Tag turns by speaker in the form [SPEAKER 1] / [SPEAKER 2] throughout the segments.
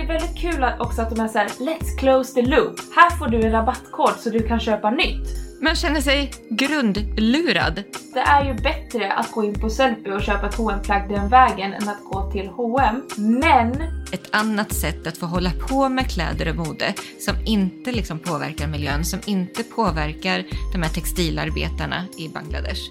[SPEAKER 1] väldigt kul också att de är så här: let's close the loop. Här får du en rabattkod så du kan köpa nytt.
[SPEAKER 2] Man känner sig grundlurad.
[SPEAKER 1] Det är ju bättre att gå in på Sellpy och köpa ett H&M-plagg den vägen än att gå till H&M. Men
[SPEAKER 2] ett annat sätt att få hålla på med kläder och mode som inte liksom påverkar miljön, som inte påverkar de här textilarbetarna i Bangladesh.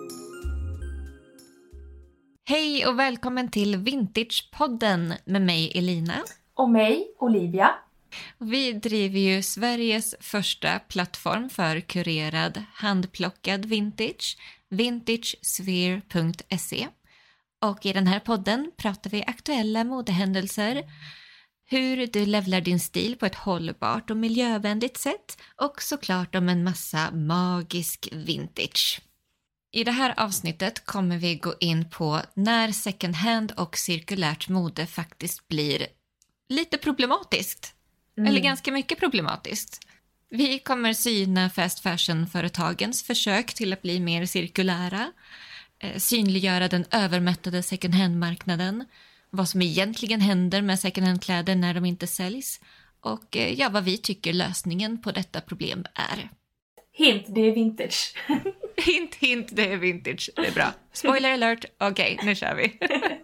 [SPEAKER 2] Hej och välkommen till Vintage-podden med mig Elina.
[SPEAKER 1] Och mig Olivia.
[SPEAKER 2] Vi driver ju Sveriges första plattform för kurerad handplockad vintage, vintagesphere.se. Och i den här podden pratar vi aktuella modehändelser, hur du levlar din stil på ett hållbart och miljövänligt sätt och såklart om en massa magisk vintage. I det här avsnittet kommer vi gå in på när second hand och cirkulärt mode faktiskt blir lite problematiskt. Eller ganska mycket problematiskt. Vi kommer syna fast fashion-företagens försök till att bli mer cirkulära, synliggöra den övermättade second hand-marknaden, vad som egentligen händer med second hand-kläder när de inte säljs och vad vi tycker lösningen på detta problem är.
[SPEAKER 1] Hint, det är vintage.
[SPEAKER 2] Hint, det är vintage. Det är bra. Spoiler alert. Okej, nu kör vi.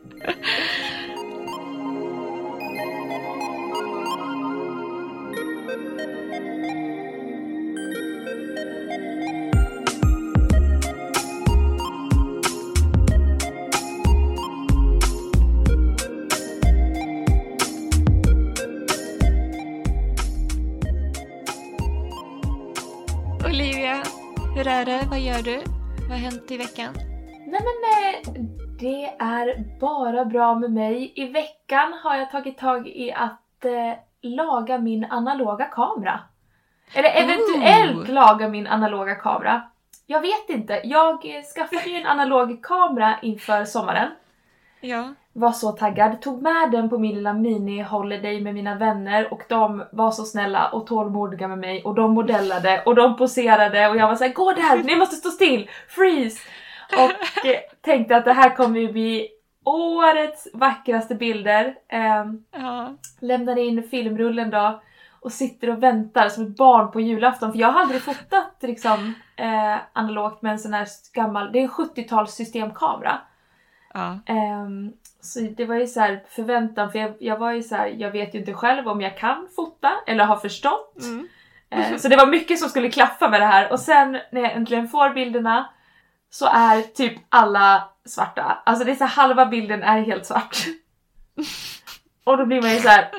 [SPEAKER 2] Olivia, hur är det? Vad gör du? Vad har hänt i veckan?
[SPEAKER 1] Nej men det är bara bra med mig. I veckan har jag tagit tag i att laga min analoga kamera. Eller eventuellt laga min analoga kamera. Jag vet inte. Jag skaffade ju en analog kamera inför sommaren.
[SPEAKER 2] Ja.
[SPEAKER 1] Var så taggad. Tog med den på min lilla mini-holiday med mina vänner. Och de var så snälla och tålmodiga med mig. Och de modellade och de poserade. Och jag var så här: gå där, ni måste stå still. Freeze! Och tänkte att det här kommer ju bli årets vackraste bilder. Lämnade in filmrullen då. Och sitter och väntar som ett barn på julafton. För jag har aldrig fotat liksom, analogt med en sån här gammal. Det är en 70-tals systemkamera.
[SPEAKER 2] Ja.
[SPEAKER 1] Så det var ju så här förväntan. För jag var ju så här: jag vet ju inte själv om jag kan fota. Eller har förstått. Så det var mycket som skulle klaffa med det här. Och sen när jag äntligen får bilderna. Så är typ alla svarta. Alltså det är så här, halva bilden är helt svart. Och då blir man ju så här.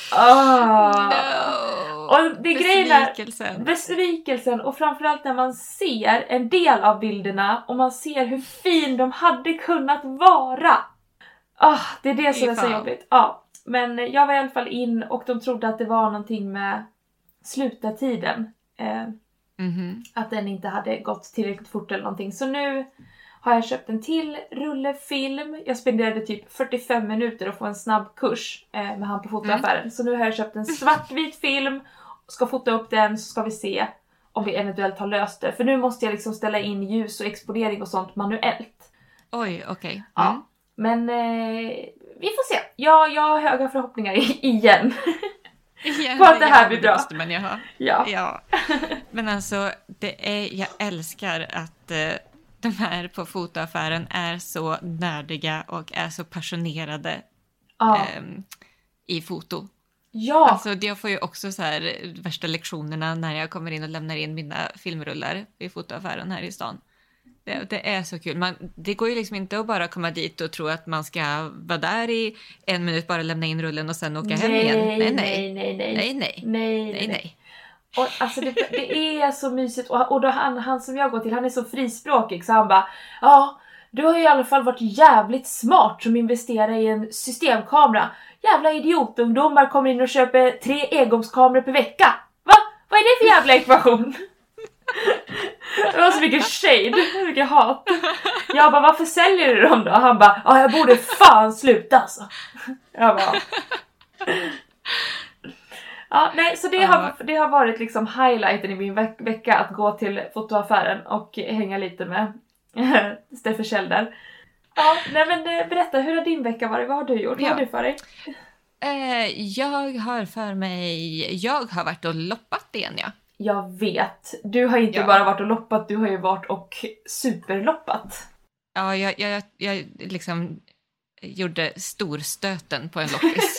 [SPEAKER 1] Och det är besvikelsen. Och framförallt när man ser en del av bilderna. Och man ser hur fin de hade kunnat vara. Det är det som är så jobbigt. Men jag var i alla fall in. Och de trodde att det var någonting med slutartiden. Att den inte hade gått tillräckligt fort eller någonting. Så nu har jag köpt en till rullefilm. Jag spenderade typ 45 minuter att få en snabb kurs med han på fotoaffären. Så nu har jag köpt en svartvit film. Ska fota upp den, så ska vi se om vi eventuellt har löst det. För nu måste jag liksom ställa in ljus och exponering och sånt manuellt.
[SPEAKER 2] Oj, okej.
[SPEAKER 1] Ja, men vi får se. Jag har höga förhoppningar igen. På att det här blir bra.
[SPEAKER 2] Måste man ju ha. Ja. Men alltså, jag älskar att de här på fotoaffären är så nördiga och är så passionerade i foto.
[SPEAKER 1] Ja.
[SPEAKER 2] Alltså jag får ju också så här värsta lektionerna när jag kommer in och lämnar in mina filmrullar i fotoaffären här i stan. Det är så kul. Det går ju liksom inte att bara komma dit och tro att man ska vara där i 1 minut, bara lämna in rullen och sen åka hem igen. Nej.
[SPEAKER 1] Och alltså det är så mysigt. Och då han som jag går till, han är så frispråkig. Så han bara: ja, du har ju i alla fall varit jävligt smart som investerar i en systemkamera. Jävla idiotungdomar kommer in och köper 3 engångskameror per vecka. Va? Vad är det för jävla ekvation? Det var så mycket shade, så mycket hat. Jag bara: varför säljer du dem då? Han bara: ja, jag borde fan sluta alltså. Jag bara: ja, nej, så det har varit liksom highlighten i min vecka att gå till fotoaffären och hänga lite med Steffe Kjell där. Ja, nej men berätta, hur har din vecka varit? Vad har du gjort? Vad har du för dig?
[SPEAKER 2] Jag har för mig... Jag har varit och loppat igen, ja.
[SPEAKER 1] Jag vet. Du har inte bara varit och loppat, du har ju varit och superloppat.
[SPEAKER 2] Ja, jag liksom gjorde storstöten på en loppis.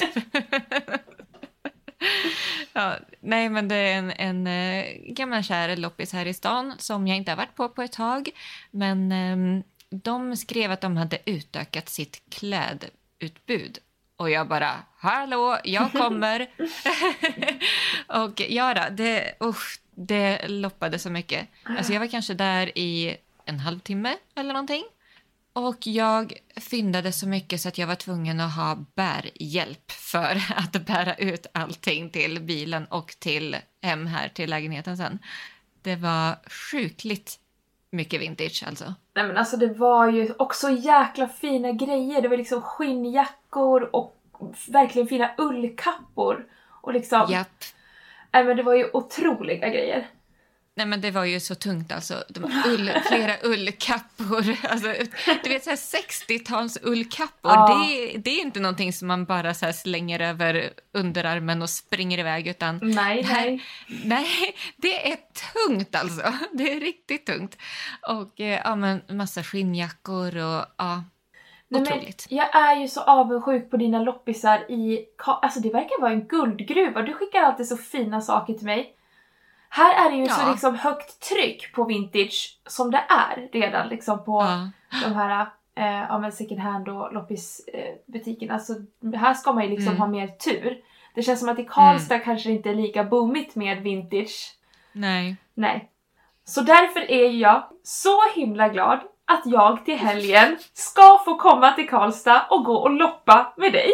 [SPEAKER 2] Ja, nej, men det är en gammal kär loppis här i stan som jag inte har varit på ett tag. Men de skrev att de hade utökat sitt klädutbud. Och jag bara, hallå, jag kommer. Och ja, det loppade så mycket. Alltså jag var kanske där i en halvtimme eller någonting. Och jag fyndade så mycket så att jag var tvungen att ha bärhjälp för att bära ut allting till bilen och till hem här till lägenheten sen. Det var sjukligt mycket vintage alltså.
[SPEAKER 1] Nej men alltså det var ju också jäkla fina grejer. Det var liksom skinnjackor och verkligen fina ullkappor. Och liksom...
[SPEAKER 2] Japp.
[SPEAKER 1] Nej men det var ju otroliga grejer.
[SPEAKER 2] Nej men det var ju så tungt alltså. Flera ullkappor. Alltså, du vet så här 60-tals ullkappor. Ja. Det är inte någonting som man bara så här slänger över underarmen och springer iväg. Utan
[SPEAKER 1] Nej,
[SPEAKER 2] det är tungt alltså. Det är riktigt tungt. Och ja, men massa skinnjackor och ja. Otroligt.
[SPEAKER 1] Men jag är ju så avundsjuk på dina loppisar alltså det verkar vara en guldgruva. Du skickar alltid så fina saker till mig. Här är det ju så liksom högt tryck på vintage som det är redan liksom på de här second hand och loppisbutikerna. Alltså här ska man ju liksom ha mer tur. Det känns som att i Karlstad kanske inte är lika boomigt med vintage.
[SPEAKER 2] Nej.
[SPEAKER 1] Så därför är jag så himla glad att jag till helgen ska få komma till Karlstad och gå och loppa med dig.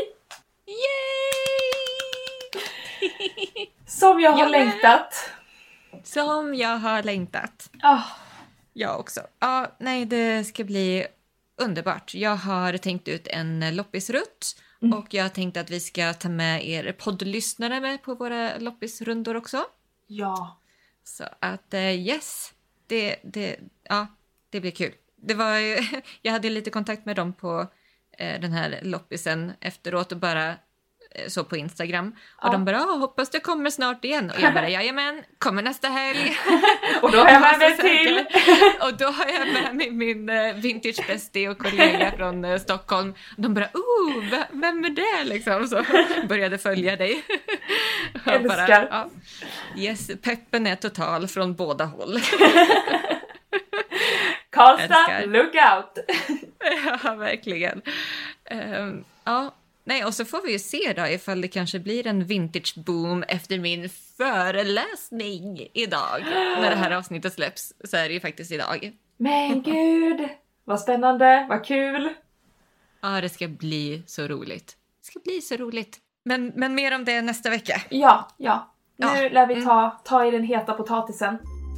[SPEAKER 2] Yay!
[SPEAKER 1] Som jag har längtat.
[SPEAKER 2] Som jag har längtat. Jag också. Ja, nej, det ska bli underbart. Jag har tänkt ut en loppisrutt. Och jag har tänkt att vi ska ta med er poddlyssnare med på våra loppisrundor också.
[SPEAKER 1] Ja.
[SPEAKER 2] Så att yes, det blir kul. Det var jag hade lite kontakt med dem på den här loppisen efteråt och bara så på Instagram. Och de bara, hoppas det kommer snart igen. Och jag bara, jajamän, kommer nästa helg.
[SPEAKER 1] Och då har jag med mig till.
[SPEAKER 2] Och då har jag med mig min vintage bestie och kollega från Stockholm. De bara, vem är det liksom? Så började följa dig.
[SPEAKER 1] Älskar.
[SPEAKER 2] Bara, yes, peppen är total från båda håll.
[SPEAKER 1] Karlstad, look out!
[SPEAKER 2] Ja, verkligen. Nej, och så får vi ju se då ifall det kanske blir en vintage boom efter min föreläsning idag. När det här avsnittet släpps så är det ju faktiskt idag.
[SPEAKER 1] Men gud, vad spännande, vad kul.
[SPEAKER 2] Ja, det ska bli så roligt. Det ska bli så roligt. Men mer om det nästa vecka.
[SPEAKER 1] Ja. Nu lär vi ta i den heta potatisen.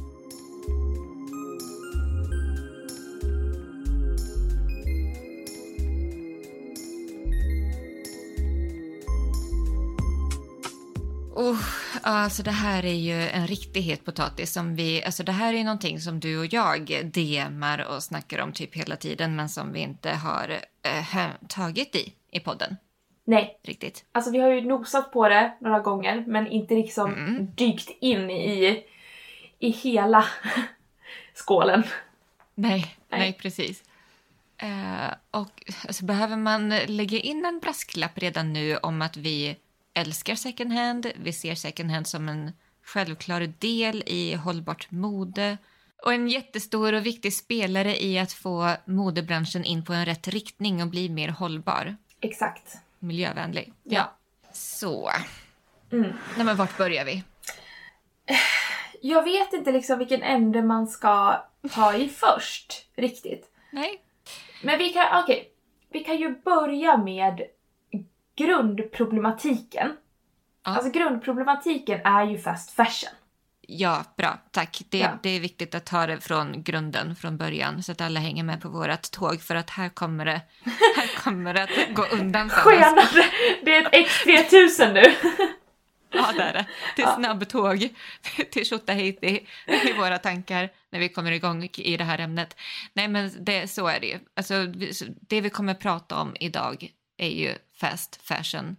[SPEAKER 2] Alltså det här är ju en riktig het potatis som det här är någonting som du och jag DMar och snackar om typ hela tiden men som vi inte har tagit i podden.
[SPEAKER 1] Nej.
[SPEAKER 2] Riktigt.
[SPEAKER 1] Alltså vi har ju nosat på det några gånger men inte liksom dykt in i hela skålen.
[SPEAKER 2] Nej, precis. Och alltså, behöver man lägga in en brasklapp redan nu om att vi älskar second hand. Vi ser second hand som en självklar del i hållbart mode. Och en jättestor och viktig spelare i att få modebranschen in på en rätt riktning och bli mer hållbar.
[SPEAKER 1] Exakt.
[SPEAKER 2] Miljövänlig. Ja. Så. Nej, men vart börjar vi?
[SPEAKER 1] Jag vet inte liksom vilken ände man ska ta i först. Riktigt.
[SPEAKER 2] Nej.
[SPEAKER 1] Men vi kan ju börja med grundproblematiken. Ja. Alltså grundproblematiken är ju fast fashion.
[SPEAKER 2] Ja, bra. Tack. Det är viktigt att ta det från grunden, från början. Så att alla hänger med på vårat tåg. För att här kommer det att gå undan.
[SPEAKER 1] Skenande! Det är ett X3000 nu.
[SPEAKER 2] Ja, det är det. Till snabbtåg. Till Tjotahejti i våra tankar när vi kommer igång i det här ämnet. Nej, men så är det ju. Alltså, det vi kommer prata om idag är ju fast fashion.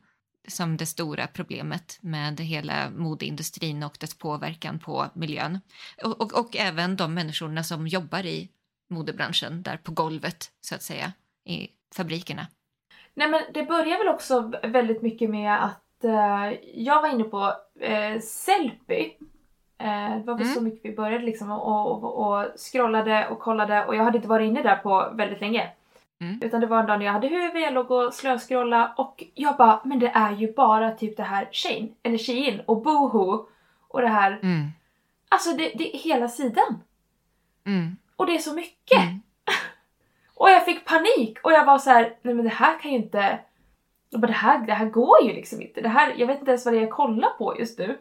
[SPEAKER 2] som det stora problemet med hela modeindustrin och dess påverkan på miljön. Och även de människorna som jobbar i modebranschen där på golvet så att säga i fabrikerna.
[SPEAKER 1] Nej, men det börjar väl också väldigt mycket med att jag var inne på Sellpy. Det var väl så mycket vi började liksom och scrollade och kollade, och jag hade inte varit inne där på väldigt länge. Utan det var en dag när jag hade huvud, jag låg och slöskrolla och jag bara, men det är ju bara typ det här Shein och Boohoo och det här. Alltså det är hela sidan. Och det är så mycket. Och jag fick panik och jag var så här: nej men det här kan ju inte, jag bara, det här går ju liksom inte. Det här, jag vet inte ens vad det är jag kollar på just nu.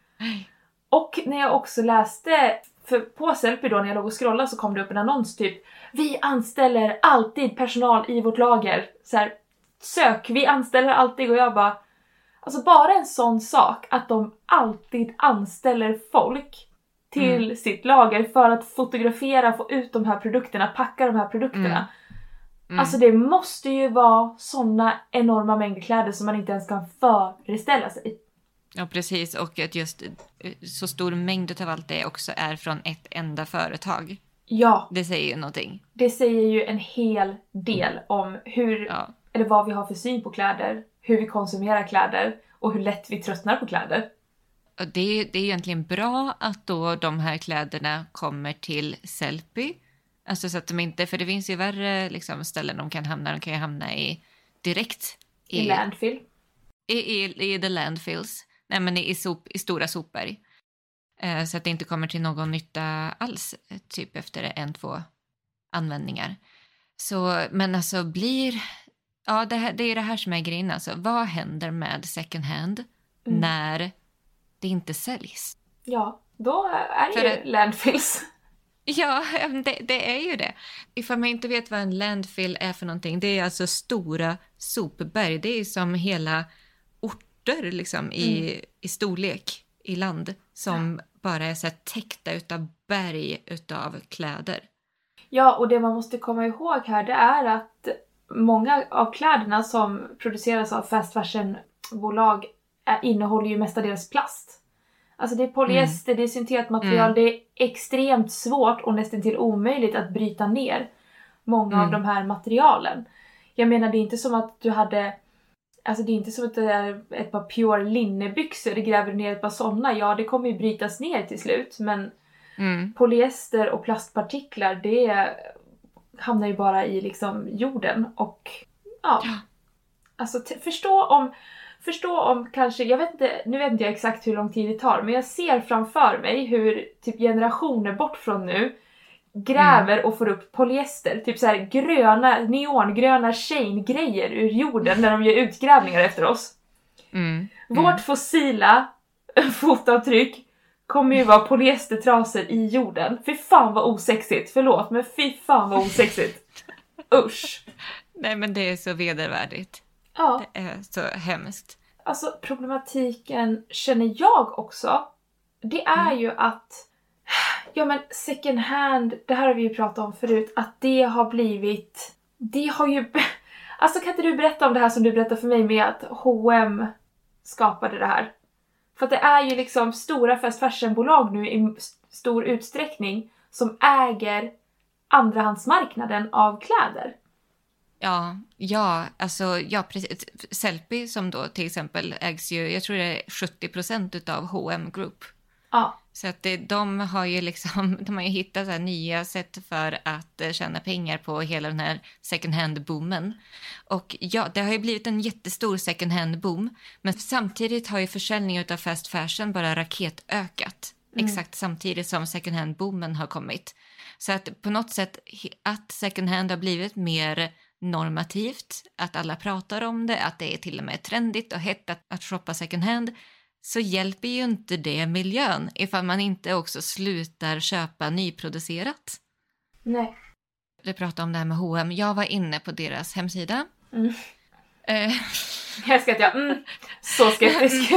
[SPEAKER 1] Och när jag också läste, för på Sellpy då när jag låg och scrollade så kom det upp en annons typ: vi anställer alltid personal i vårt lager. Så här, sök, vi anställer alltid. Och jag bara, alltså bara en sån sak att de alltid anställer folk till sitt lager för att fotografera, få ut de här produkterna, packa de här produkterna. Alltså det måste ju vara såna enorma mängder kläder som man inte ens kan föreställa sig.
[SPEAKER 2] Ja, precis. Och att just så stor mängd av allt det också är från ett enda företag.
[SPEAKER 1] Ja.
[SPEAKER 2] Det säger ju någonting.
[SPEAKER 1] Det säger ju en hel del om hur, eller vad vi har för syn på kläder, hur vi konsumerar kläder och hur lätt vi tröttnar på kläder.
[SPEAKER 2] Och det är egentligen bra att då de här kläderna kommer till Sellpy. Alltså så att de inte, för det finns ju värre liksom ställen de kan ju hamna i direkt.
[SPEAKER 1] I landfill.
[SPEAKER 2] I the landfills. Nej, men i stora sopberg. Så att det inte kommer till någon nytta alls, typ efter 1-2 användningar. Så, men alltså det är det här som är grejen. Alltså, vad händer med second hand när det inte säljs?
[SPEAKER 1] Ja, då är det ju landfills.
[SPEAKER 2] Ja, det är ju det. Ifall man inte vet vad en landfill är för någonting, det är alltså stora sopberg. Det är som hela orter liksom, i storlek i land som bara är så här täckta utav berg utav kläder. Ja, och det man måste komma ihåg här, det är att många av kläderna som produceras av fast fashion-bolag innehåller ju mestadels plast. Alltså det är polyester, det är syntetmaterial, det är extremt svårt och nästan till omöjligt att bryta ner många av de här materialen. Jag menar, det är inte som att du hade, alltså det är inte som att det är ett par pure linnebyxor, det gräver ner ett par sådana. Ja, det kommer ju brytas ner till slut, men polyester och plastpartiklar, det hamnar ju bara i liksom jorden. Och alltså förstå om kanske, nu vet inte jag exakt hur lång tid det tar, men jag ser framför mig hur typ generationer bort från nu gräver och får upp polyester, typ så här neongröna Shein-grejer ur jorden när de gör utgrävningar efter oss. Vårt fossila fotavtryck kommer ju vara polyestertrasor i jorden. Fy fan vad osexigt, förlåt, men fy fan vad osexigt. Usch. Nej, men det är så vedervärdigt.
[SPEAKER 1] Ja.
[SPEAKER 2] Det är så hemskt.
[SPEAKER 1] Alltså problematiken känner jag också. Det är ju att, ja men second hand, det här har vi ju pratat om förut, att det har ju, alltså kan inte du berätta om det här som du berättade för mig med att H&M skapade det här? För att det är ju liksom stora fast fashionbolag nu i stor utsträckning som äger andrahandsmarknaden av kläder. Ja, precis. Sellpy som då till exempel ägs ju, jag tror det är 70% utav H&M Group. Ja.
[SPEAKER 2] Så att de har ju hittat så här nya sätt för att tjäna pengar på hela den här second hand boomen. Och ja, det har ju blivit en jättestor second hand boom, men samtidigt har ju försäljningen av fast fashion bara raketökat. Exakt samtidigt som second hand boomen har kommit. Så att på något sätt att second hand har blivit mer normativt, att alla pratar om det, att det är till och med trendigt och hett att shoppa second hand, så hjälper ju inte det miljön ifall man inte också slutar köpa nyproducerat.
[SPEAKER 1] Nej.
[SPEAKER 2] Du pratade om det här med H&M. Jag var inne på deras hemsida.
[SPEAKER 1] Jag ska inte, så skeptisk.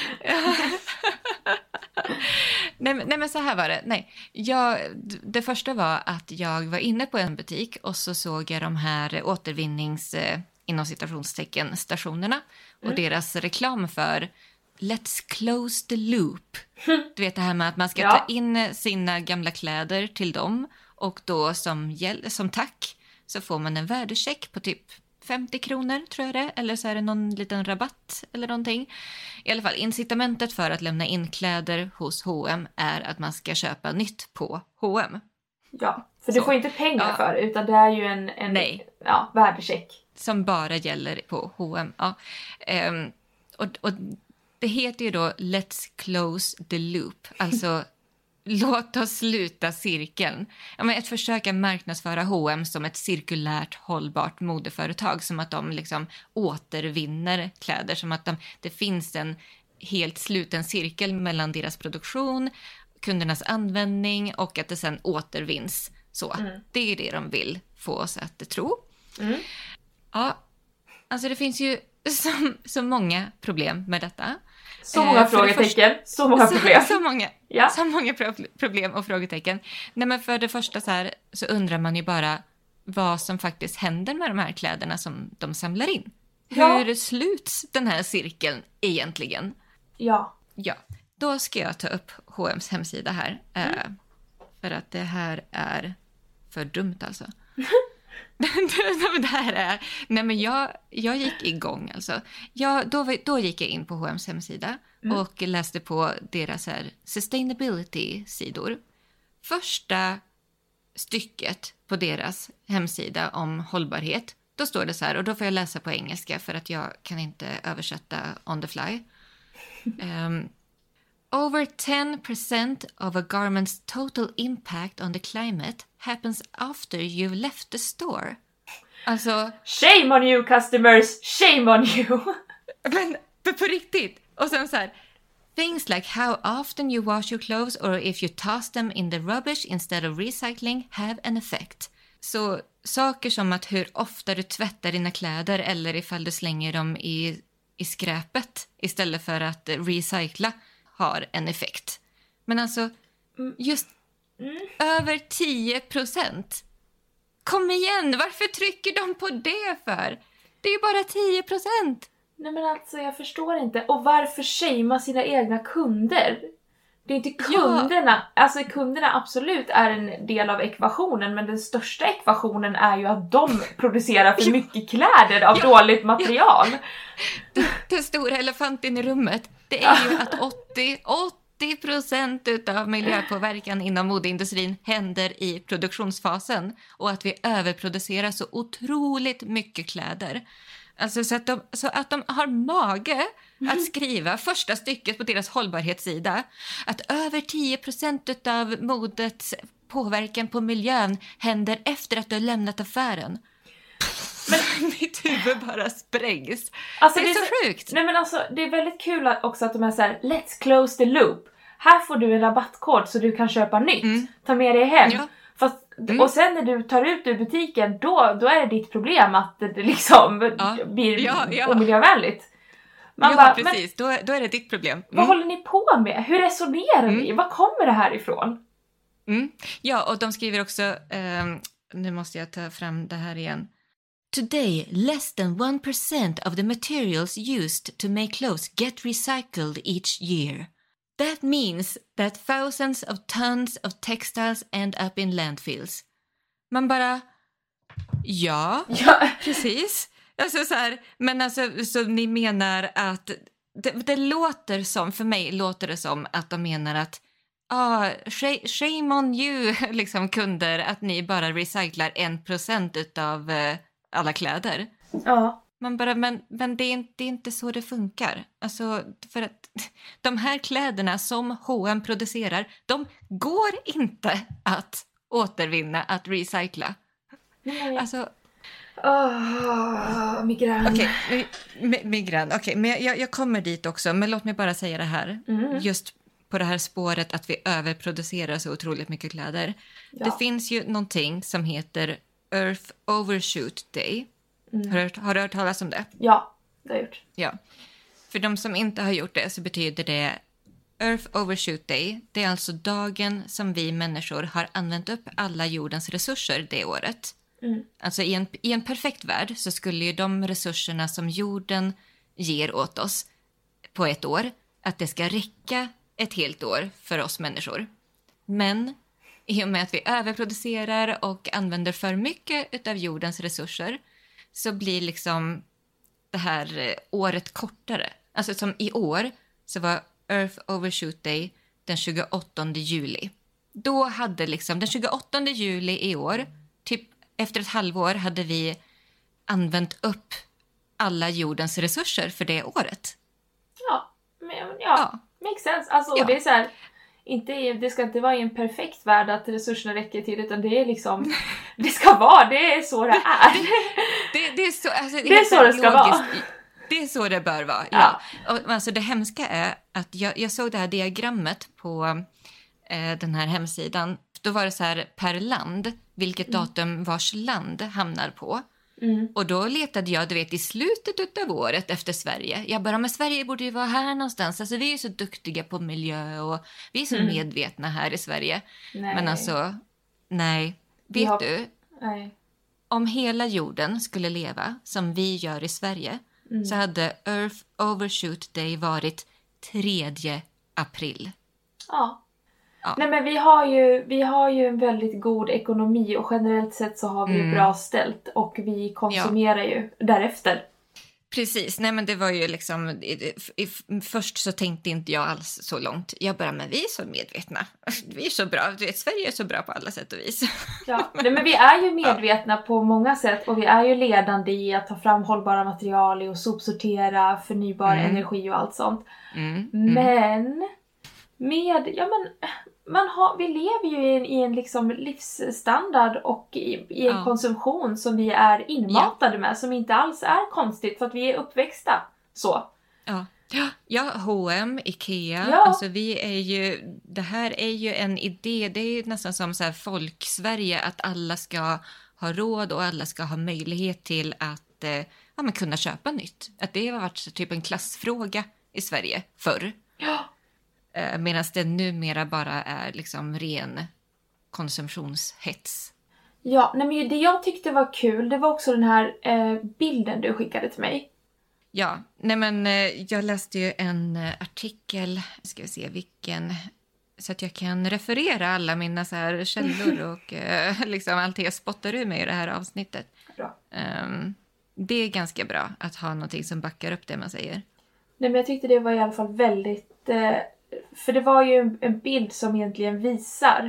[SPEAKER 2] Nej, men så här var det. Det första var att jag var inne på en butik och så såg jag de här inom citationstecken stationerna och deras reklam för Let's close the loop. Du vet det här med att man ska ta in sina gamla kläder till dem och då som tack så får man en värdecheck på typ 50 kronor tror jag det, eller så är det någon liten rabatt eller någonting. I alla fall, incitamentet för att lämna in kläder hos H&M är att man ska köpa nytt på H&M.
[SPEAKER 1] Ja, för du får inte pengar för utan det är ju en värdecheck.
[SPEAKER 2] Som bara gäller på H&M. Ja. Och det heter ju då Let's close the loop, alltså låt oss sluta cirkeln. Ja, men ett försök att marknadsföra H&M som ett cirkulärt hållbart modeföretag, som att de liksom återvinner kläder, som att det finns en helt sluten cirkel mellan deras produktion, kundernas användning och att det sen återvinns. Så det är det de vill få oss att tro. Ja, alltså det finns ju så många problem med detta.
[SPEAKER 1] Så många frågetecken, så många problem.
[SPEAKER 2] Så många problem och frågetecken. Nej, men för det första så undrar man ju bara vad som faktiskt händer med de här kläderna som de samlar in. Hur sluts den här cirkeln egentligen? Ja, då ska jag ta upp H&M's hemsida här. För att det här är för dumt alltså. Det här är... Nej, men jag gick igång alltså. Då gick jag in på H&M's hemsida och läste på deras här sustainability-sidor. Första stycket på deras hemsida om hållbarhet, då står det så här, och då får jag läsa på engelska för att jag kan inte översätta on the fly. Over 10% of a garment's total impact on the climate happens after you've left the store. Alltså...
[SPEAKER 1] Shame on you customers! Shame on you!
[SPEAKER 2] Men på riktigt! Och sen så här... Things like how often you wash your clothes or if you toss them in the rubbish instead of recycling have an effect. Så saker som att hur ofta du tvättar dina kläder eller ifall du slänger dem i skräpet istället för att recycla har en effekt. Men alltså, just över 10%. Kom igen, varför trycker de på det för? Det är ju bara 10%.
[SPEAKER 1] Nej men alltså, jag förstår inte. Och varför shamea sina egna kunder? Det är inte kunderna. Ja. Alltså kunderna absolut är en del av ekvationen, men den största ekvationen är ju att de producerar för mycket kläder av dåligt material.
[SPEAKER 2] Den stora elefanten i rummet, det är ju att 80% av miljöpåverkan inom modeindustrin händer i produktionsfasen och att vi överproducerar så otroligt mycket kläder. Alltså så att de har mage att skriva första stycket på deras hållbarhetssida att över 10% av modets påverkan på miljön händer efter att du har lämnat affären. Men mitt huvud bara sprängs.
[SPEAKER 1] Alltså,
[SPEAKER 2] det är så sjukt.
[SPEAKER 1] Nej men alltså, det är väldigt kul också att de är så här: let's close the loop. Här får du en rabattkod så du kan köpa nytt. Ta med dig hem. Ja. Fast, och sen när du tar ut ur butiken, då är det ditt problem att det liksom blir omiljövänligt.
[SPEAKER 2] Precis. Då är det ditt problem.
[SPEAKER 1] Vad håller ni på med? Hur resonerar ni? Var kommer det här ifrån?
[SPEAKER 2] Ja, och de skriver också, nu måste jag ta fram det här igen. Today, less than 1% of the materials used to make clothes get recycled each year. That means that thousands of tons of textiles end up in landfills. Man bara, ja. Precis. Alltså så här, men alltså, så ni menar att, det låter som, för mig låter det som att de menar att, shame on you, liksom kunder, att ni bara recyclar 1% av alla kläder. Ja. Man bara, men det är inte så det funkar. Alltså, för att de här kläderna som H&M producerar, de går inte att återvinna, att recycla.
[SPEAKER 1] Nej.
[SPEAKER 2] Alltså...
[SPEAKER 1] migrän.
[SPEAKER 2] Okej, migrän. Okej, men jag kommer dit också. Men låt mig bara säga det här. Just på det här spåret att vi överproducerar så otroligt mycket kläder. Ja. Det finns ju någonting som heter Earth Overshoot Day. Har du hört talas om det?
[SPEAKER 1] Ja, det har jag gjort.
[SPEAKER 2] Ja. För de som inte har gjort det så betyder det Earth Overshoot Day. Det är alltså dagen som vi människor har använt upp alla jordens resurser det året. Alltså i en perfekt värld så skulle ju de resurserna som jorden ger åt oss på ett år, att det ska räcka ett helt år för oss människor. Men i och med att vi överproducerar och använder för mycket av jordens resurser så blir liksom det här året kortare. Alltså som i år så var Earth Overshoot Day den 28 juli. Då hade liksom den 28 juli i år, typ efter ett halvår, hade vi använt upp alla jordens resurser för det året.
[SPEAKER 1] Ja. Makes sense. Alltså, det är så här, det ska inte vara i en perfekt värld att resurserna räcker till, utan det är liksom, det ska vara, det är så det är.
[SPEAKER 2] Det är så, alltså,
[SPEAKER 1] det är så det ska vara.
[SPEAKER 2] Det är så det bör vara, ja. Och, alltså, det hemska är att jag såg det här diagrammet på den här hemsidan. Då var det så här per land, vilket datum vars land hamnar på. Och då letade jag, du vet, i slutet av året efter Sverige. Jag bara, men Sverige borde ju vara här någonstans. Alltså vi är ju så duktiga på miljö och vi är så medvetna här i Sverige.
[SPEAKER 1] Nej.
[SPEAKER 2] Men alltså, nej. Vet du?
[SPEAKER 1] Nej.
[SPEAKER 2] Om hela jorden skulle leva som vi gör i Sverige så hade Earth Overshoot Day varit 3 april.
[SPEAKER 1] Ja. Nej, men vi har ju en väldigt god ekonomi och generellt sett så har vi bra ställt och vi konsumerar ju därefter.
[SPEAKER 2] Precis, nej men det var ju liksom, först så tänkte inte jag alls så långt. Jag bara, men vi är så medvetna. Vi är så bra, du vet, Sverige är så bra på alla sätt och vis.
[SPEAKER 1] Ja, nej, men vi är ju medvetna på många sätt och vi är ju ledande i att ta fram hållbara material och sopsortera, förnybar energi och allt sånt. Men vi lever ju i en liksom livsstandard och i en konsumtion som vi är inmatade med, som inte alls är konstigt för att vi är uppväxta så.
[SPEAKER 2] Ja, H&M, Ikea, alltså vi är ju, det här är ju en idé, det är nästan som så här folk-Sverige, att alla ska ha råd och alla ska ha möjlighet till att kunna köpa nytt. Att det har varit typ en klassfråga i Sverige förr.
[SPEAKER 1] Ja.
[SPEAKER 2] Medan det numera bara är liksom ren konsumtionshets.
[SPEAKER 1] Ja, nej men det jag tyckte var kul, det var också den här bilden du skickade till mig.
[SPEAKER 2] Ja, nej men jag läste ju en artikel, ska vi se vilken, så att jag kan referera alla mina så här källor och liksom allt jag spottar ur mig i det här avsnittet.
[SPEAKER 1] Bra.
[SPEAKER 2] Det är ganska bra att ha någonting som backar upp det man säger.
[SPEAKER 1] Nej, men jag tyckte det var i alla fall väldigt... för det var ju en bild som egentligen visar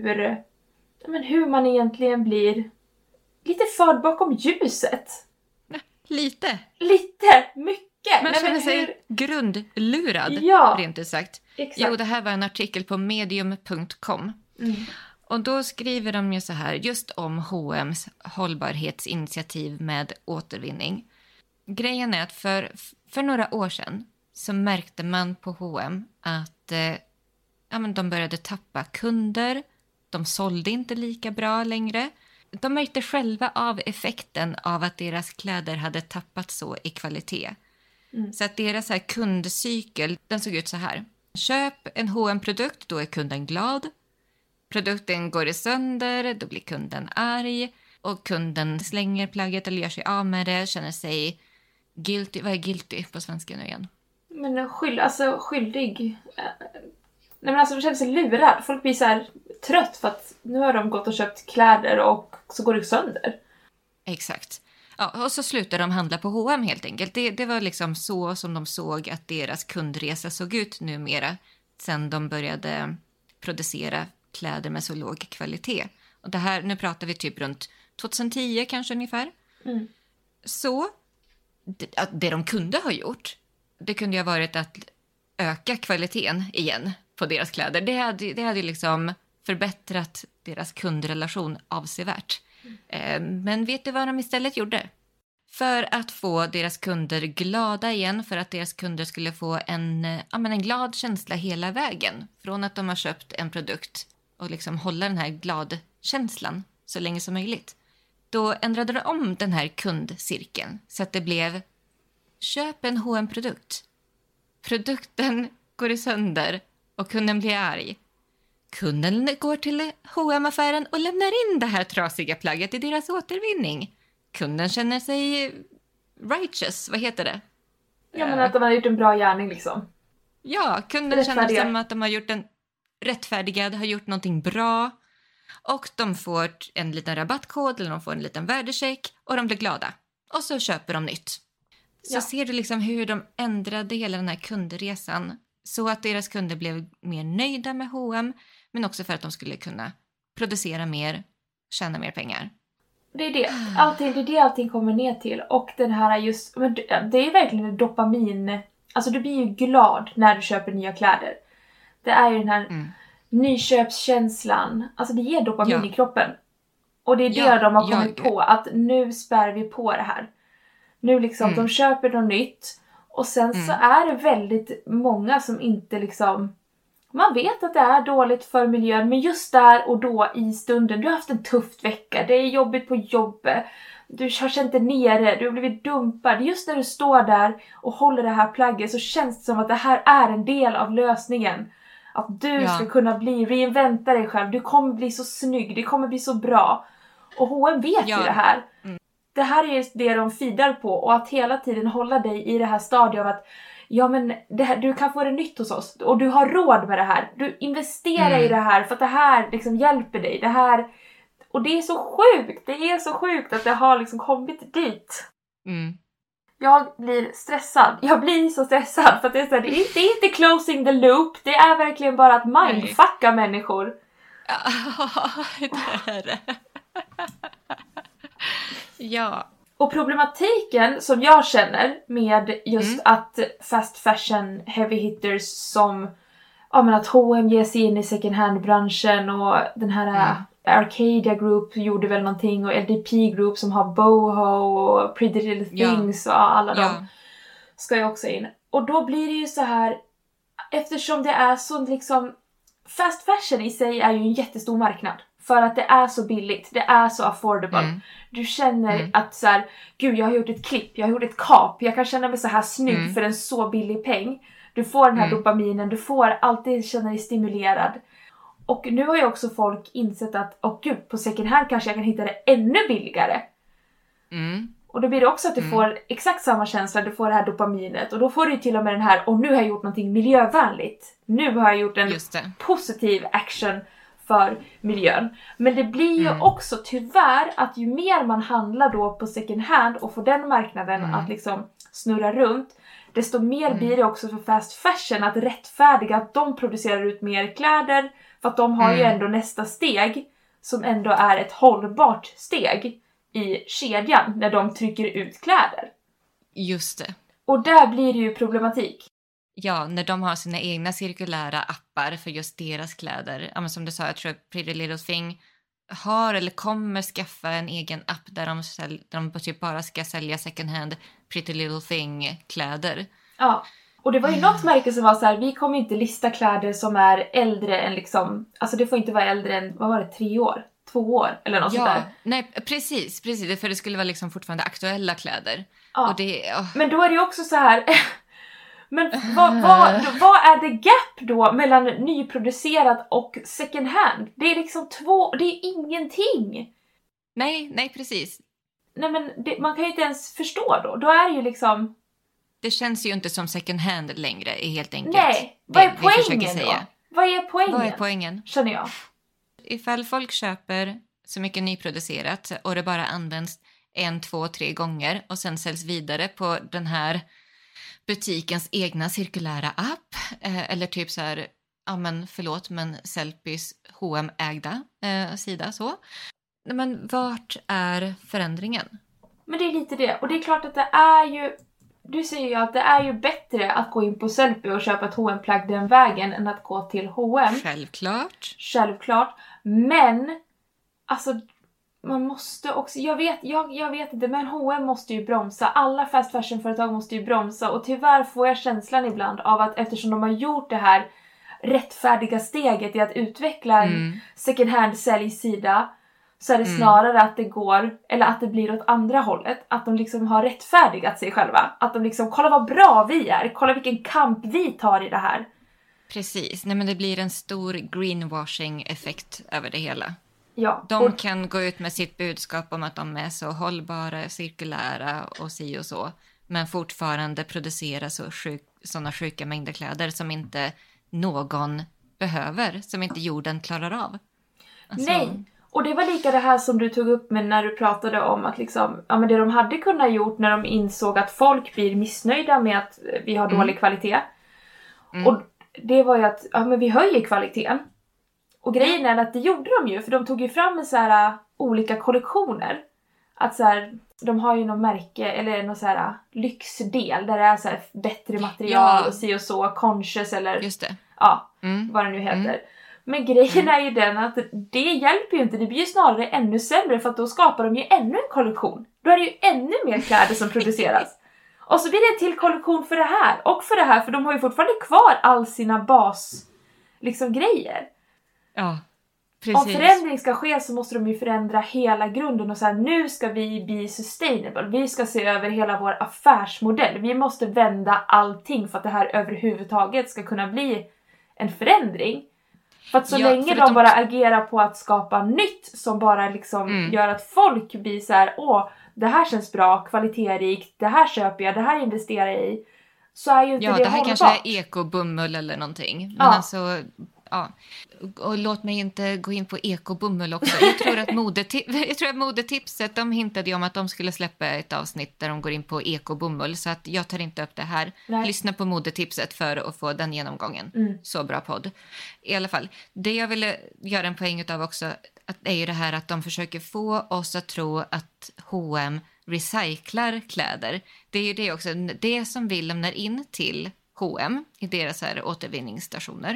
[SPEAKER 1] hur man egentligen blir lite förd bakom ljuset.
[SPEAKER 2] Lite,
[SPEAKER 1] mycket.
[SPEAKER 2] Man känner sig grundlurad, rent ut sagt.
[SPEAKER 1] Exakt.
[SPEAKER 2] Jo, det här var en artikel på medium.com. Och då skriver de ju så här, just om H&M's hållbarhetsinitiativ med återvinning. Grejen är att för några år sedan så märkte man på H&M att de började tappa kunder. De sålde inte lika bra längre. De märkte själva av effekten av att deras kläder hade tappat så i kvalitet. Så att deras här kundcykel, den såg ut så här. Köp en H&M-produkt, då är kunden glad. Produkten går sönder, då blir kunden arg. Och kunden slänger plagget eller gör sig av med det, känner sig guilty. Vad är guilty på svenska nu igen?
[SPEAKER 1] Men skyldig. Nej, men alltså de känner sig lurad. Folk blir så här trött för att nu har de gått och köpt kläder och så går det sönder.
[SPEAKER 2] Exakt. Ja, och så slutar de handla på H&M helt enkelt. Det var liksom så som de såg att deras kundresa såg ut numera. Sen de började producera kläder med så låg kvalitet. Och det här, nu pratar vi typ runt 2010 kanske ungefär. Så det de kunde ha gjort, det kunde ju ha varit att öka kvaliteten igen på deras kläder. Det hade liksom förbättrat deras kundrelation avsevärt. Men vet du vad de istället gjorde? För att få deras kunder glada igen, för att deras kunder skulle få en glad känsla hela vägen. Från att de har köpt en produkt och liksom hålla den här gladkänslan så länge som möjligt. Då ändrade de om den här kundcirkeln så att det blev: köp en H&M-produkt. Produkten går sönder och kunden blir arg. Kunden går till H&M-affären och lämnar in det här trasiga plagget i deras återvinning. Kunden känner sig righteous, vad heter det?
[SPEAKER 1] Ja, men att de har gjort en bra gärning liksom.
[SPEAKER 2] Ja, kunden känner som att de har gjort en rättfärdigad, har gjort någonting bra. Och de får en liten rabattkod eller de får en liten värdecheck och de blir glada. Och så köper de nytt. Så ser du liksom hur de ändrade hela den här kundresan så att deras kunder blev mer nöjda med H&M, men också för att de skulle kunna producera mer, tjäna mer pengar.
[SPEAKER 1] Det är det allting kommer ner till. Och den här just, men det är verkligen en dopamin. Alltså du blir ju glad när du köper nya kläder. Det är ju den här nyköpskänslan. Alltså det ger dopamin i kroppen. Och det är det de har kommit på. Att nu spär vi på det här. Nu liksom, de köper något nytt. Och sen så är det väldigt många som inte liksom... Man vet att det är dåligt för miljön. Men just där och då i stunden. Du har haft en tuff vecka. Det är jobbigt på jobbet. Du har känt dig nere. Du har blivit dumpad. Just när du står där och håller det här plagget. Så känns det som att det här är en del av lösningen. Att du ska kunna reinventa dig själv. Du kommer bli så snygg. Det kommer bli så bra. Och H&M vet ju det här. Det här är det de feedar på. Och att hela tiden hålla dig i det här stadiet av att ja, men det här, du kan få det nytt hos oss. Och du har råd med det här. Du investerar i det här för att det här liksom hjälper dig. Det här... Och det är så sjukt. Det är så sjukt att det har liksom kommit dit. Jag blir stressad. Jag blir så stressad. För att det är inte closing the loop. Det är verkligen bara att mindfucka människor.
[SPEAKER 2] Ja, det är det. Ja.
[SPEAKER 1] Och problematiken som jag känner med just att fast fashion heavy hitters som att H&M ger sig in i second hand-branschen och den här Arcadia Group gjorde väl någonting och LDP Group som har Boho och Pretty Little Things och alla de ska ju också in. Och då blir det ju så här, eftersom det är så liksom, fast fashion i sig är ju en jättestor marknad. För att det är så billigt, det är så affordable. Du känner att så här, gud jag har gjort ett klipp, jag har gjort ett kap. Jag kan känna mig så här snygg för en så billig peng. Du får den här dopaminen, du får alltid känna dig stimulerad. Och nu har ju också folk insett att, gud, på second hand kanske jag kan hitta det ännu billigare. Och då blir det också att du får exakt samma känsla, du får det här dopaminet. Och då får du till och med den här, och nu har jag gjort någonting miljövänligt. Nu har jag gjort en positiv action för miljön. Men det blir ju också tyvärr att ju mer man handlar då på second hand och får den marknaden att liksom snurra runt, desto mer blir det också för fast fashion att rättfärdiga att de producerar ut mer kläder för att de har ju ändå nästa steg som ändå är ett hållbart steg i kedjan när de trycker ut kläder.
[SPEAKER 2] Just det.
[SPEAKER 1] Och där blir det ju problematik.
[SPEAKER 2] Ja, när de har sina egna cirkulära appar för just deras kläder. Ja, men som du sa, jag tror att Pretty Little Thing har eller kommer skaffa en egen app där de typ bara ska sälja second hand Pretty Little Thing-kläder. Ja, och det var ju något märke som var så här, vi kommer inte lista kläder som är äldre än liksom, alltså det får inte vara äldre än, vad var det, 3 år? 2 år eller något sånt där. Nej, precis, för det skulle vara liksom fortfarande aktuella kläder. Ja, och men då är det ju också så här... Men vad är det gap då mellan nyproducerat och second hand? Det är liksom det är ingenting. Nej, precis. Nej, men man kan ju inte ens förstå då. Då är det ju liksom... Det känns ju inte som second hand längre, helt enkelt. Nej, vad är poängen då? Vad är poängen? Känner jag. Ifall folk köper så mycket nyproducerat och det bara används 1, 2, 3 gånger och sen säljs vidare på den här butikens egna cirkulära app eller typ så här, men Sellpys H&M ägda sida så. Men vart är förändringen? Men det är lite det, och det är klart att det är ju, du säger ju att det är ju bättre att gå in på Sellpy och köpa ett H&M-plagg den vägen än att gå till H&M. Självklart. Men alltså man måste också, jag vet inte, men H&M måste ju bromsa. Alla fast fashion-företag måste ju bromsa. Och tyvärr får jag känslan ibland av att eftersom de har gjort det här rättfärdiga steget i att utveckla en second hand säljsida, så är det snarare att det går, eller att det blir åt andra hållet. Att de liksom har rättfärdigat sig själva. Att de liksom, kolla vad bra vi är. Kolla vilken kamp vi tar i det här. Precis, nej men det blir en stor greenwashing-effekt över det hela.
[SPEAKER 1] Ja.
[SPEAKER 2] De kan gå ut med sitt budskap om att de är så hållbara, cirkulära och si och så. Men fortfarande producera sådana sjuka mängder kläder som inte någon behöver, som inte jorden klarar av. Alltså...
[SPEAKER 1] Nej, och det var lika det här som du tog upp med när du pratade om att liksom, ja men det de hade kunnat gjort när de insåg att folk blir missnöjda med att vi har dålig kvalitet. Och det var ju att, ja men vi höjer kvaliteten. Och grejen är att det gjorde de ju, för de tog ju fram en så här olika kollektioner. Att så här, de har ju någon märke eller någon så här lyxdel där det är så här bättre material och si och så, conscious eller
[SPEAKER 2] just det.
[SPEAKER 1] Ja, vad det nu heter. Men grejen är ju den att det hjälper ju inte, det blir ju snarare ännu sämre för att då skapar de ju ännu en kollektion. Då är det ju ännu mer kläder som produceras. Och så blir det en till kollektion för det här och för det här, för de har ju fortfarande kvar all sina bas liksom grejer. Ja, precis. Om förändring ska ske så måste de ju förändra hela grunden och säga nu ska vi bli sustainable. Vi ska se över hela vår affärsmodell. Vi måste vända allting för att det här överhuvudtaget ska kunna bli en förändring. För att så länge de bara agerar på att skapa nytt som bara liksom gör att folk blir så här, det här känns bra, kvalitetsrikt, det här köper jag, det här investerar jag i. Så är ju inte det
[SPEAKER 2] här
[SPEAKER 1] hållbart.
[SPEAKER 2] Kanske är ekobomull eller någonting. Men alltså, och låt mig inte gå in på ekobomull också. Jag tror att modetipset, de hintade ju om att de skulle släppa ett avsnitt där de går in på ekobomull. Så att jag tar inte upp det här. Nej. Lyssna på modetipset för att få den genomgången. Så bra podd. I alla fall, det jag ville göra en poäng av också är ju det här att de försöker få oss att tro att H&M recyclar kläder. Det är ju det också. Det som vi lämnar in till H&M i deras här återvinningsstationer.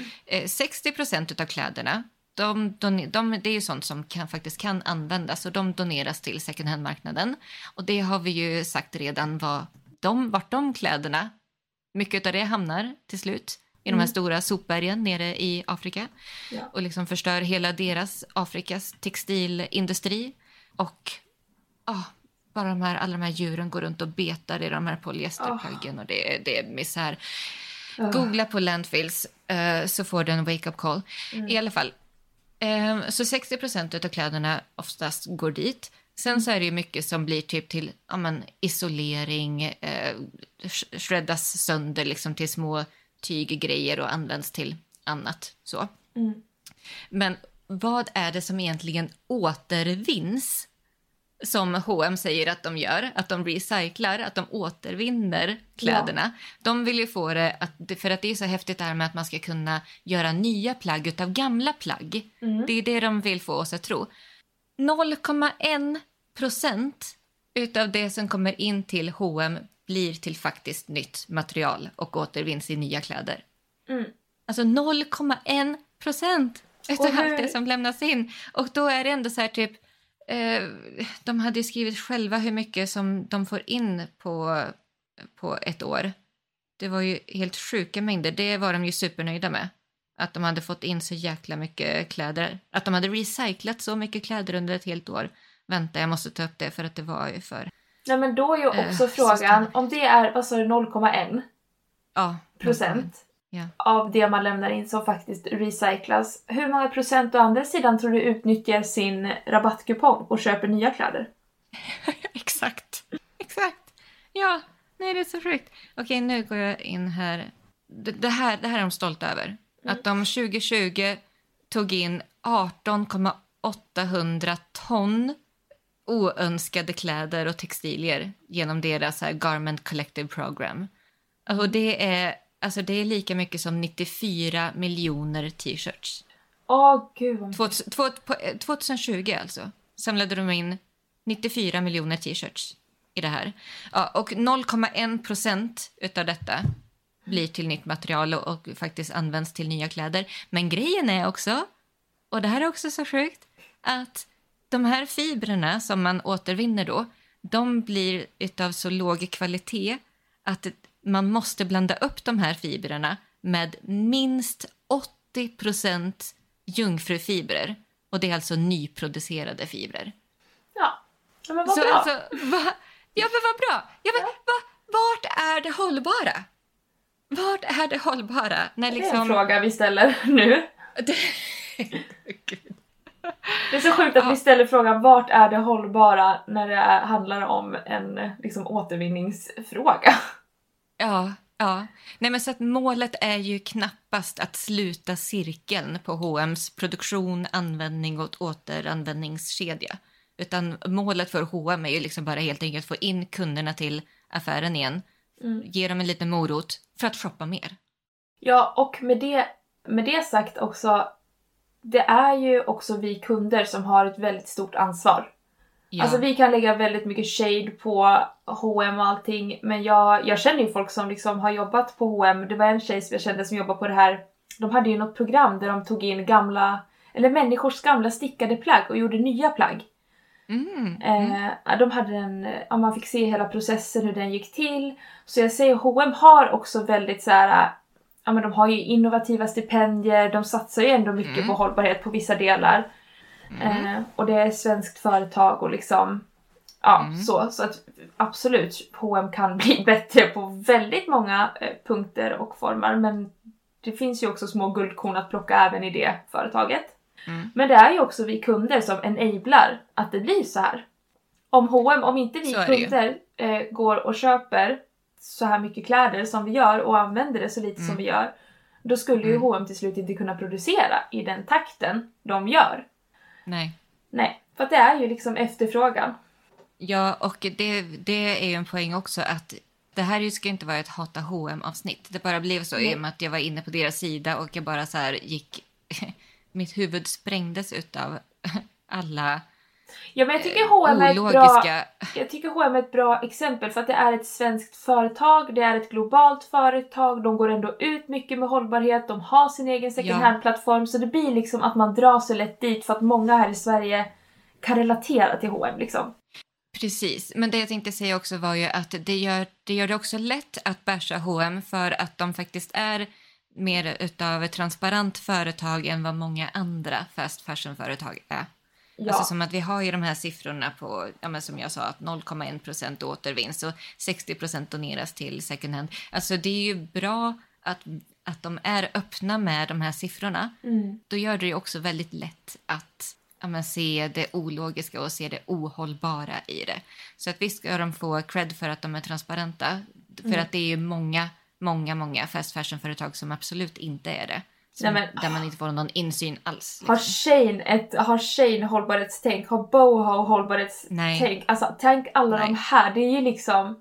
[SPEAKER 2] 60% av kläderna, det är ju sånt som faktiskt kan användas och de doneras till second hand-marknaden. Och det har vi ju sagt redan vart de kläderna, mycket av det hamnar till slut i de här stora sopbergen nere i Afrika. Ja. Och liksom förstör hela Afrikas textilindustri. Och bara alla de här djuren går runt och betar i de här polyesterplaggen och det är misär. Googla på landfills så får du en wake-up call. I alla fall. Så 60% av kläderna oftast går dit. Sen så är det ju mycket som blir typ till isolering, shreddas sönder liksom till små tyggrejer och används till annat. Så. Men vad är det som egentligen återvinns? Som H&M säger att de gör, att de recyclar, att de återvinner kläderna. Ja. De vill ju få det, för att det är så häftigt det här med att man ska kunna göra nya plagg utav gamla plagg. Det är det de vill få oss att tro. 0,1% utav det som kommer in till H&M blir till faktiskt nytt material och återvinns i nya kläder. Alltså 0,1% utav allt det som lämnas in. Och då är det ändå så här typ, de hade ju skrivit själva hur mycket som de får in på ett år. Det var ju helt sjuka mängder. Det var de ju supernöjda med. Att de hade fått in så jäkla mycket kläder. Att de hade recyclat så mycket kläder under ett helt år. Vänta, jag måste ta upp det för att det var ju för...
[SPEAKER 1] Nej, men då är ju också frågan, om det är, vad sa du, 0,1% av det man lämnar in som faktiskt recyclas. Hur många procent å andra sidan tror du utnyttjar sin rabattkupong och köper nya kläder?
[SPEAKER 2] Exakt. Ja, nej, det är så sjukt. Okej, nu går jag in här. Det här är de stolta över. Att de 2020 tog in 18,800 ton oönskade kläder och textilier genom deras här Garment Collective Program. Och det är lika mycket som 94 miljoner t-shirts.
[SPEAKER 1] Gud.
[SPEAKER 2] 2020 alltså samlade de in 94 miljoner t-shirts i det här. Ja, och 0,1% utav detta blir till nytt material och faktiskt används till nya kläder. Men grejen är också, och det här är också så sjukt, att de här fibrerna som man återvinner då, de blir utav så låg kvalitet att man måste blanda upp de här fibrerna med minst 80% jungfrufibrer. Och det är alltså nyproducerade fibrer.
[SPEAKER 1] Ja, men vad bra.
[SPEAKER 2] Men vad bra. Ja, men vart är det hållbara? Vart är det hållbara? När
[SPEAKER 1] Det är en fråga vi ställer nu. Det är så sjukt att vi ställer frågan vart är det hållbara när det handlar om en liksom återvinningsfråga.
[SPEAKER 2] Ja. Nej, men så att målet är ju knappast att sluta cirkeln på H&M's produktion, användning och återanvändningskedja. Utan målet för H&M är ju liksom bara helt enkelt få in kunderna till affären igen. Ge dem en liten morot för att shoppa mer.
[SPEAKER 1] Ja, och med det sagt också, det är ju också vi kunder som har ett väldigt stort ansvar. Ja. Alltså vi kan lägga väldigt mycket shade på H&M och allting, men jag känner ju folk som liksom har jobbat på H&M. Det var en tjej som jag kände som jobbade på det här. De hade ju något program där de tog in människors gamla stickade plagg och gjorde nya plagg. De hade man fick se hela processen, hur den gick till. Så jag säger H&M har också väldigt så här, men de har ju innovativa stipendier, de satsar ju ändå mycket på hållbarhet på vissa delar. Och det är ett svenskt företag och liksom så att absolut H&M kan bli bättre på väldigt många punkter och former, men det finns ju också små guldkorn att plocka även i det företaget. Men det är ju också vi kunder som enablar att det blir så här. Om H&M, om inte vi kunder går och köper så här mycket kläder som vi gör och använder det så lite som vi gör, då skulle ju H&M till slut inte kunna producera i den takten de gör. Nej, för att det är ju liksom efterfrågan.
[SPEAKER 2] Ja, och det är ju en poäng också att det här ska inte vara ett hata H&M-avsnitt. Det bara blev så i och med att jag var inne på deras sida och jag bara så här gick... Mitt huvud sprängdes utav alla
[SPEAKER 1] men jag tycker H&M
[SPEAKER 2] ologiska...
[SPEAKER 1] Jag tycker H&M är ett bra exempel för att det är ett svenskt företag, det är ett globalt företag, de går ändå ut mycket med hållbarhet, de har sin egen second hand-plattform, så det blir liksom att man drar så lätt dit för att många här i Sverige kan relatera till H&M liksom.
[SPEAKER 2] Precis, men det jag tänkte säga också var ju att det gör det också lätt att basha H&M för att de faktiskt är mer utav ett transparent företag än vad många andra fast fashion-företag är. Ja. Alltså som att vi har ju de här siffrorna på, som jag sa, att 0,1% återvinns och 60% doneras till second hand. Alltså det är ju bra att de är öppna med de här siffrorna. Då gör det ju också väldigt lätt att se det ologiska och se det ohållbara i det. Så att visst ska de få cred för att de är transparenta. För att det är ju många fast fashion-företag som absolut inte är det. Där man inte får någon insyn alls.
[SPEAKER 1] Liksom. Har Shane hållbarhetstänk? Har Boho hållbarhetstänk? Alltså tänk alla de här. Det är ju liksom...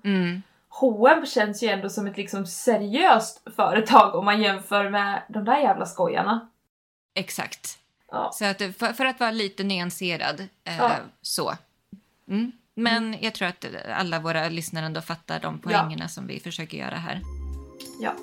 [SPEAKER 1] H&M känns ju ändå som ett liksom seriöst företag om man jämför med de där jävla skojarna.
[SPEAKER 2] Exakt. Ja. Så att för att vara lite nyanserad så. Men jag tror att alla våra lyssnare ändå fattar de poängerna som vi försöker göra här.
[SPEAKER 1] Ja.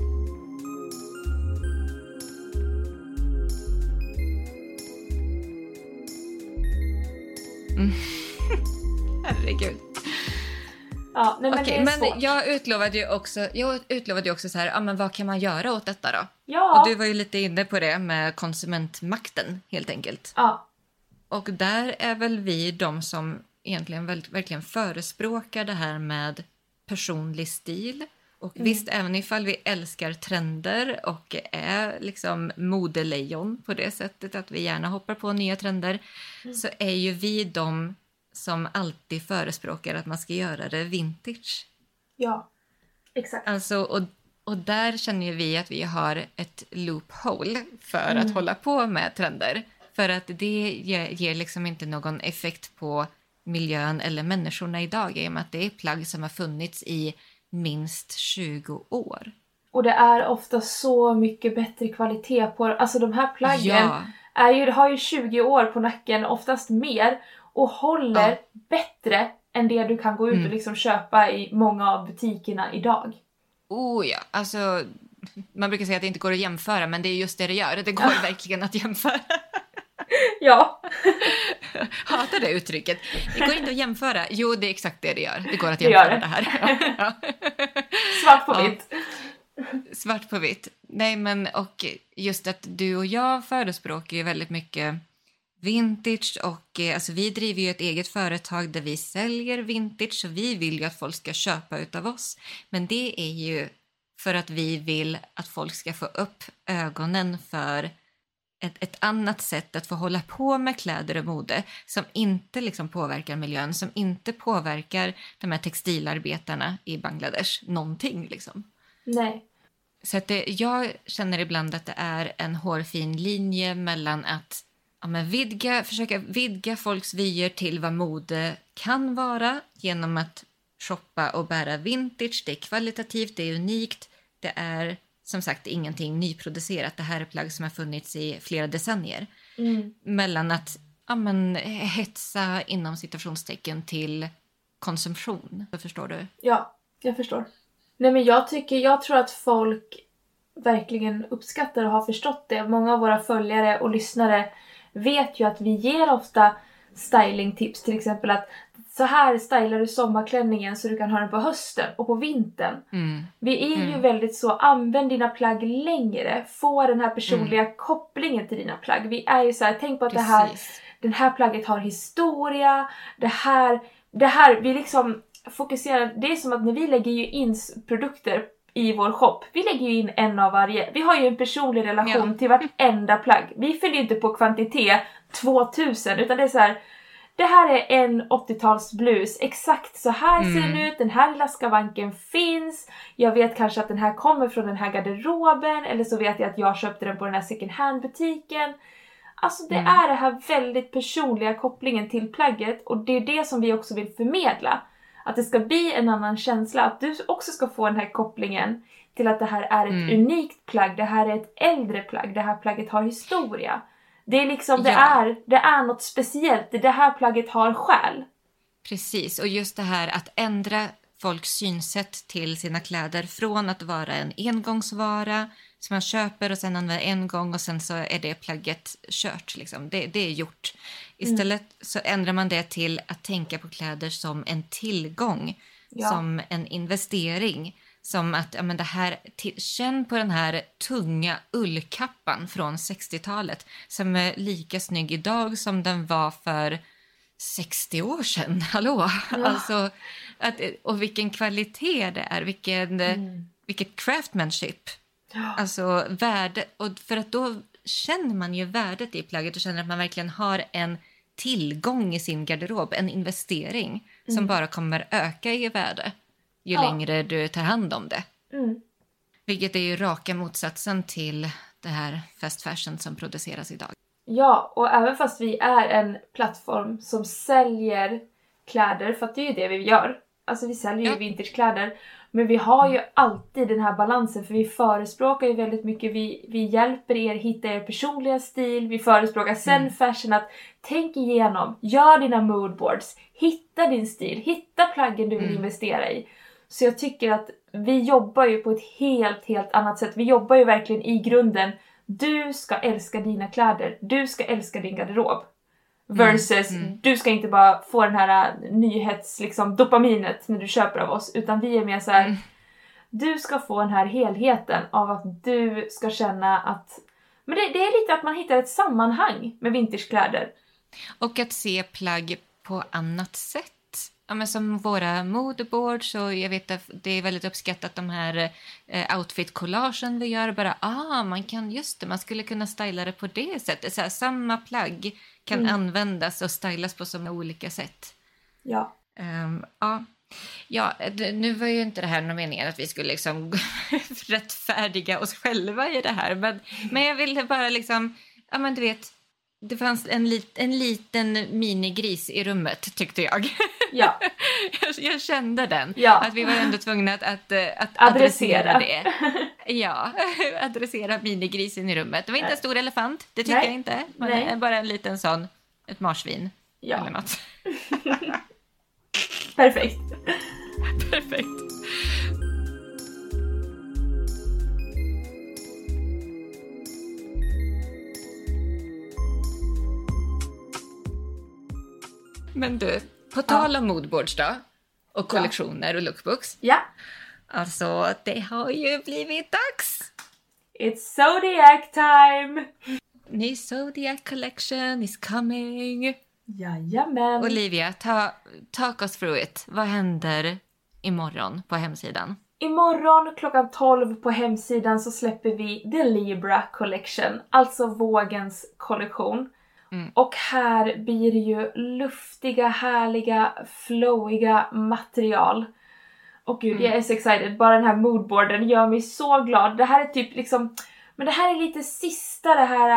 [SPEAKER 2] Herregud.
[SPEAKER 1] Ja, nej, men
[SPEAKER 2] okej, men jag utlovade ju också så här, men vad kan man göra åt detta då?
[SPEAKER 1] Ja.
[SPEAKER 2] Och du var ju lite inne på det med konsumentmakten helt enkelt.
[SPEAKER 1] Ja.
[SPEAKER 2] Och där är väl vi de som egentligen verkligen förespråkar det här med personlig stil. Och visst, även ifall vi älskar trender och är liksom modelejon på det sättet att vi gärna hoppar på nya trender, så är ju vi de som alltid förespråkar att man ska göra det vintage.
[SPEAKER 1] Ja, exakt.
[SPEAKER 2] Alltså, och där känner ju vi att vi har ett loophole för att hålla på med trender. För att det ger liksom inte någon effekt på miljön eller människorna idag, i och med att det är plagg som har funnits i minst 20 år. Och
[SPEAKER 1] det är ofta så mycket bättre kvalitet på, alltså de här plaggen har ju 20 år på nacken, oftast mer, och håller bättre än det du kan gå ut och liksom köpa i många av butikerna idag.
[SPEAKER 2] Oh ja, alltså man brukar säga att det inte går att jämföra, men det är just det gör. Det går verkligen att jämföra.
[SPEAKER 1] Ja.
[SPEAKER 2] Hatar det uttrycket. Det går inte att jämföra. Jo, det är exakt det gör. Det går att jämföra det här. Ja.
[SPEAKER 1] Svart på vitt.
[SPEAKER 2] Svart på vitt. Nej, men och just att du och jag förespråkar ju väldigt mycket vintage, och alltså vi driver ju ett eget företag där vi säljer vintage, så vi vill ju att folk ska köpa utav oss. Men det är ju för att vi vill att folk ska få upp ögonen för ett annat sätt att få hålla på med kläder och mode som inte liksom påverkar miljön, som inte påverkar de här textilarbetarna i Bangladesh någonting liksom.
[SPEAKER 1] Nej.
[SPEAKER 2] Så att jag känner ibland att det är en hårfin linje mellan att försöka vidga folks vyer till vad mode kan vara genom att shoppa och bära vintage. Det är kvalitativt, det är unikt, det är som sagt ingenting nyproducerat. Det här är plagg som har funnits i flera decennier. Mellan att hetsa inom citationstecken till konsumtion. Förstår du?
[SPEAKER 1] Ja, jag förstår. Nej, men jag tror att folk verkligen uppskattar och har förstått det. Många av våra följare och lyssnare vet ju att vi ger ofta stylingtips. Till exempel att så här stylar du sommarklänningen så du kan ha den på hösten och på vintern. Vi är ju väldigt så, använd dina plagg längre. Få den här personliga kopplingen till dina plagg. Vi är ju så här, tänk på att den här plagget har historia. Det här, vi liksom fokuserar, det är som att när vi lägger ju in produkter i vår shop, vi lägger ju in en av varje. Vi har ju en personlig relation till vartenda plagg. Vi följer inte på kvantitet 2000, utan det är så här, det här är en 80-tals blus. Exakt så här ser den ut. Den här lilla skavanken finns. Jag vet kanske att den här kommer från den här garderoben. Eller så vet jag att jag köpte den på den här second hand-butiken. Alltså det är det här väldigt personliga kopplingen till plagget. Och det är det som vi också vill förmedla. Att det ska bli en annan känsla. Att du också ska få den här kopplingen till att det här är ett unikt plagg. Det här är ett äldre plagg. Det här plagget har historia. Det är liksom, det är något speciellt. Det här plagget har själ.
[SPEAKER 2] Precis, och just det här att ändra folks synsätt till sina kläder från att vara en engångsvara som man köper och sen använder en gång och sen så är det plagget kört. Liksom. Det är gjort. Istället så ändrar man det till att tänka på kläder som en tillgång, som en investering. Som att, det här, känn på den här tunga ullkappan från 60-talet som är lika snygg idag som den var för 60 år sedan. Hallå! Ja. Alltså, och vilken kvalitet det är, vilket craftsmanship. Ja. Alltså värde, och för att då känner man ju värdet i plagget och känner att man verkligen har en tillgång i sin garderob, en investering som bara kommer öka i värde ju längre du tar hand om det. Vilket är ju raka motsatsen till det här fast fashion som produceras idag.
[SPEAKER 1] Ja, och även fast vi är en plattform som säljer kläder, för att det är ju det vi gör. Alltså vi säljer ju vintagekläder. Men vi har ju alltid den här balansen, för vi förespråkar ju väldigt mycket. Vi hjälper er hitta er personliga stil. Vi förespråkar zen fashion, att tänk igenom, gör dina moodboards, hitta din stil, hitta plaggen du vill investera i. Så jag tycker att vi jobbar ju på ett helt annat sätt. Vi jobbar ju verkligen i grunden. Du ska älska dina kläder. Du ska älska din garderob. Versus du ska inte bara få den här dopaminet när du köper av oss. Utan vi är mer så här. Du ska få den här helheten av att du ska känna att... Men det är lite att man hittar ett sammanhang med vintagekläder.
[SPEAKER 2] Och att se plagg på annat sätt. Ja, men som våra modeboards, och jag vet att det är väldigt uppskattat de här outfit-collagen vi gör. Bara, man skulle kunna styla det på det sättet. Så här, samma plagg kan användas och stylas på så olika sätt.
[SPEAKER 1] Ja.
[SPEAKER 2] Ja, nu var ju inte det här någon meningen att vi skulle liksom rättfärdiga oss själva i det här. Men jag ville bara liksom, du vet, det fanns en liten minigris i rummet, tyckte jag. Ja. Jag kände den. Ja. Att vi var ändå tvungna att adressera det. Ja, adressera minigrisen i rummet. Det var inte en stor elefant, det tycker jag inte. Men bara en liten sån, ett marsvin. Ja. Eller något.
[SPEAKER 1] Perfekt.
[SPEAKER 2] Perfekt. Men du, på tal om moodboards då, och kollektioner och lookbooks.
[SPEAKER 1] Ja.
[SPEAKER 2] Alltså, det har ju blivit dags.
[SPEAKER 1] It's Zodiac time!
[SPEAKER 2] Ny Zodiac collection is coming.
[SPEAKER 1] Jajamän.
[SPEAKER 2] Olivia, talk us through it. Vad händer imorgon på hemsidan?
[SPEAKER 1] Imorgon klockan 12 på hemsidan så släpper vi The Libra Collection, alltså vågens kollektion. Och här blir det ju luftiga, härliga, flowiga material. Och gud, jag är så excited. Bara den här moodboarden gör mig så glad. Det här är typ liksom... Men det här är lite sista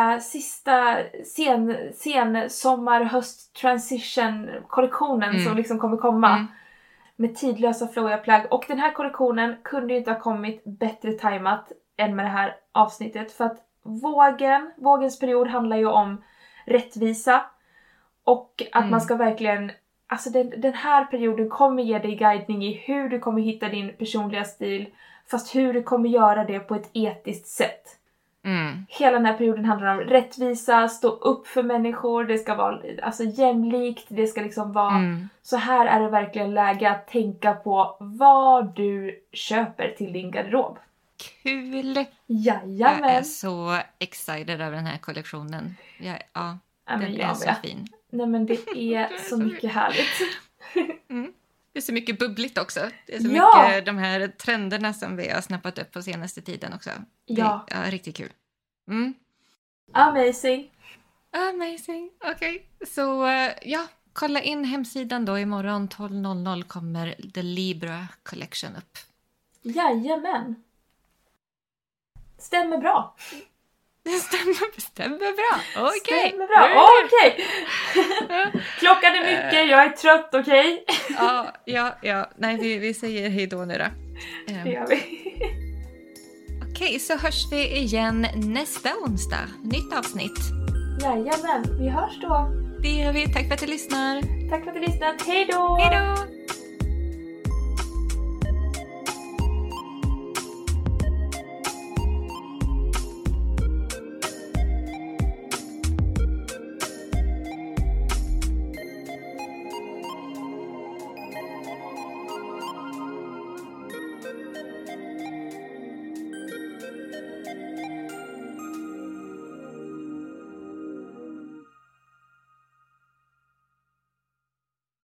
[SPEAKER 1] sen sommar, höst, transition kollektionen som liksom kommer komma. Med tidlösa flowiga plagg. Och den här kollektionen kunde ju inte ha kommit bättre timat än med det här avsnittet. För att vågens period handlar ju om rättvisa. Och att man ska verkligen... Alltså den här perioden kommer ge dig guidning i hur du kommer hitta din personliga stil. Fast hur du kommer göra det på ett etiskt sätt. Hela den här perioden handlar om rättvisa, stå upp för människor. Det ska vara alltså jämlikt. Det ska liksom vara... Så här är det verkligen läge att tänka på vad du köper till din garderob.
[SPEAKER 2] Kul!
[SPEAKER 1] Jajamän!
[SPEAKER 2] Jag är så excited över den här kollektionen. Den är så fin.
[SPEAKER 1] Nej men det är så mycket härligt.
[SPEAKER 2] Det är så mycket bubbligt också. Det är så mycket de här trenderna som vi har snappat upp på senaste tiden också.
[SPEAKER 1] Ja.
[SPEAKER 2] Det är riktigt kul.
[SPEAKER 1] Amazing.
[SPEAKER 2] Okej. Så kolla in hemsidan då. Imorgon 12.00 kommer The Libra Collection upp.
[SPEAKER 1] Jajamän. Stämmer bra.
[SPEAKER 2] Stämmer bra. Okej.
[SPEAKER 1] Stämmer bra. Okej. Klockan är mycket. Jag är trött, okej?
[SPEAKER 2] Ja. Nej, vi säger hej då nu då.
[SPEAKER 1] Det gör vi.
[SPEAKER 2] Okej, så hörs vi igen nästa onsdag. Nytt avsnitt.
[SPEAKER 1] Jajamän, vi hörs då.
[SPEAKER 2] Det gör vi. Tack för att du lyssnar.
[SPEAKER 1] Tack för att du lyssnat. Hej då!
[SPEAKER 2] Hej då!